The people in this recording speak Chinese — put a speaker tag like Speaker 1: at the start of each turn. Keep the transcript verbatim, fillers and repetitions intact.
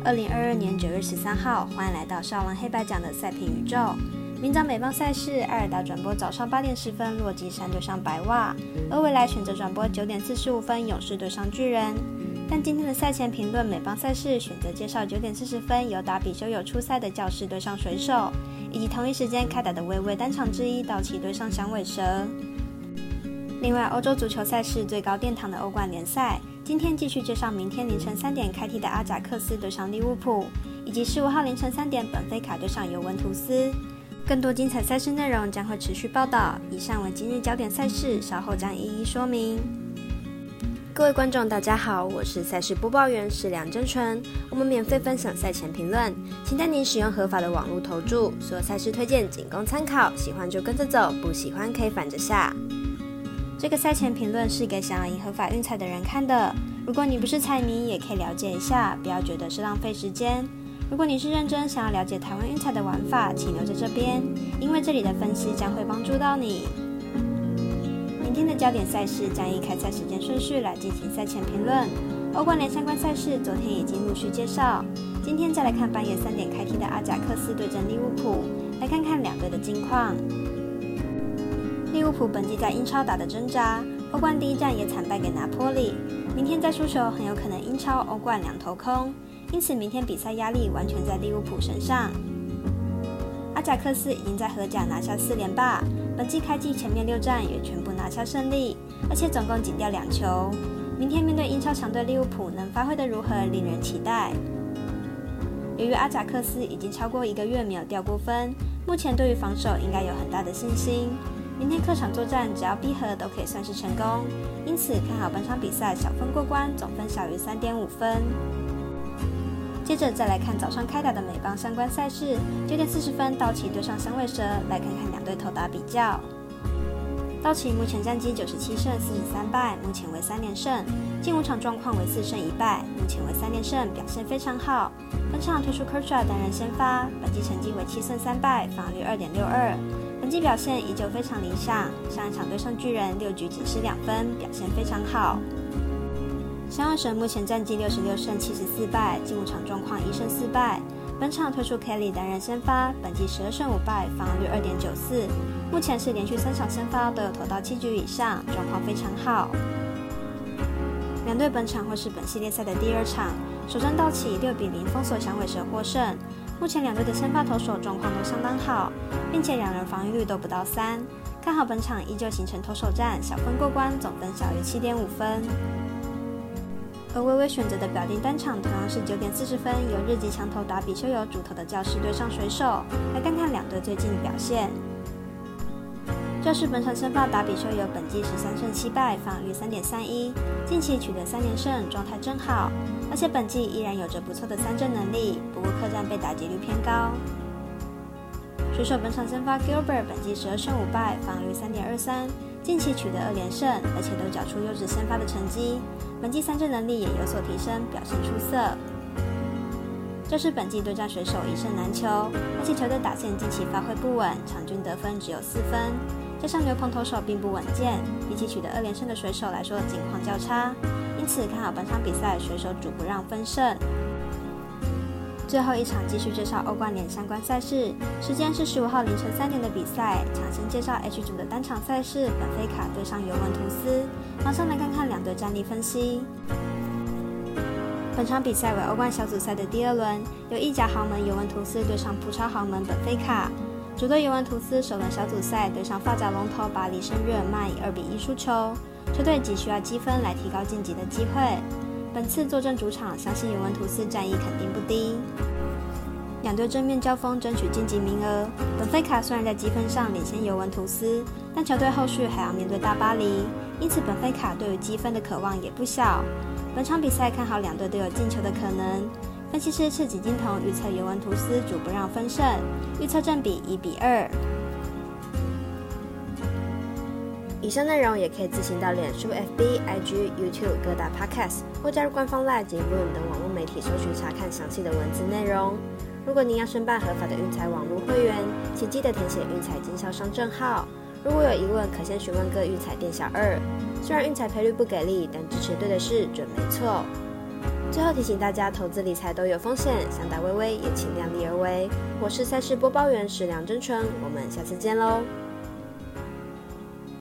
Speaker 1: 二零二二年九月十三号，欢迎来到少王黑白奖的赛评宇宙。明早美邦赛事，艾尔达转播早上八点十分洛基山对上白袜，而未来选择转播九点四十五分勇士对上巨人。但今天的赛前评论美邦赛事选择介绍九点四十分由达比修有出赛的教士对上水手，以及同一时间开打的微微单场之一道奇对上响尾蛇。另外，欧洲足球赛事最高殿堂的欧冠联赛，今天继续介绍明天凌晨三点开踢的阿贾克斯对上利物浦，以及十五号凌晨三点本菲卡对上尤文图斯。更多精彩赛事内容将会持续报道，以上为今日焦点赛事，稍后将一一说明。各位观众大家好，我是赛事播报员是梁真纯，我们免费分享赛前评论，请带您使用合法的网络投注，所有赛事推荐仅供参考，喜欢就跟着走，不喜欢可以反着下。这个赛前评论是给想要赢合法运彩的人看的，如果你不是彩迷也可以了解一下，不要觉得是浪费时间。如果你是认真想要了解台湾运彩的玩法，请留在这边，因为这里的分析将会帮助到你。明天的焦点赛事将以开赛时间顺序来进行赛前评论，欧冠联相关赛事昨天已经陆续介绍，今天再来看半夜三点开踢的阿贾克斯对阵利物浦，来看看两队的近况。利物浦本季在英超打得挣扎，欧冠第一战也惨败给拿坡里，明天再输球很有可能英超、欧冠两头空，因此明天比赛压力完全在利物浦身上。阿贾克斯已经在荷甲拿下四连霸，本季开季前面六战也全部拿下胜利，而且总共仅掉两球。明天面对英超强队利物浦能发挥得如何，令人期待。由于阿贾克斯已经超过一个月没有掉过分，目前对于防守应该有很大的信心。明天客场作战只要逼和都可以算是成功，因此看好本场比赛小分过关，总分小于 三点五分。接着再来看早上开打的美邦相关赛事，九点四十分道奇对上响尾蛇，来看看两队投打比较。道奇目前战绩九十七胜四十三败，目前为三连胜，近五场状况为四胜一败，目前为三连胜，表现非常好。本场推出 Kershaw 担任先发，本季成绩为七胜三败，防御率 二点六二。本季表现依旧非常理想，上一场对上巨人六局仅失两分，表现非常好。响尾蛇目前战绩六十六胜七十四败，近五场状况一胜四败。本场推出 Kelly 担任先发，本季十二胜五败，防御率 二点九四，目前是连续三场先发都有投到七局以上，状况非常好。两队本场会是本系列赛的第二场，首战道奇六比零封锁响尾蛇获胜。目前两队的先发投手状况都相当好，并且两人防御率都不到三，看好本场依旧形成投手战，小分过关，总分小于 七点五分。而微微选择的表定单场同样是九点四十分由日籍强投达比修有主投的教士对上水手，来看看两队最近的表现。教士本场先发达比修有本季十三胜七败，防御率 三点三一，近期取得三连胜，状态真好，而且本季依然有着不错的三振能力，不过客战被打击率偏高。水手本场先发 Gilbert 本季十二胜五败，防御率 三点二三，近期取得二连胜，而且都缴出优质先发的成绩，本季三振能力也有所提升，表现出色。这是本季对战水手一胜难求，而且球队打线近期发挥不稳，场均得分只有四分，加上牛棚投手并不稳健，比起取得二连胜的水手来说情况较差，因此看好本场比赛水手主不让分胜。最后一场继续介绍欧冠联相关赛事，时间是十五号凌晨三点的比赛，抢先介绍 H 组的单场赛事本菲卡对上尤文图斯，马上来看看两队战力分析。本场比赛为欧冠小组赛的第二轮，由意甲豪门尤文图斯对上葡超豪门本菲卡。主队尤文图斯首轮小组赛对上法甲龙头巴黎圣日耳曼以二比一输球，球队急需要积分来提高晋级的机会。本次坐镇主场，相信尤文图斯战意肯定不低。两队正面交锋，争取晋级名额。本菲卡虽然在积分上领先尤文图斯，但球队后续还要面对大巴黎，因此本菲卡对于积分的渴望也不小。本场比赛看好两队都有进球的可能。分析师赤井金童预测尤文图斯主不让分胜，预测正比一比二。以上内容也可以自行到脸书、F B、I G、YouTube 各大 Podcast 或加入官方 LINE 及 Room 等网络媒体搜寻查看详细的文字内容。如果您要申办合法的运彩网络会员，请记得填写运彩经销商证号。如果有疑问，可先询问各运彩店小二。虽然运彩赔率不给力，但支持对的事准没错。 最后提醒大家，投资理财都有风险，想打微微也请量力而为。我是赛事播报员石梁真纯，我们下次见喽。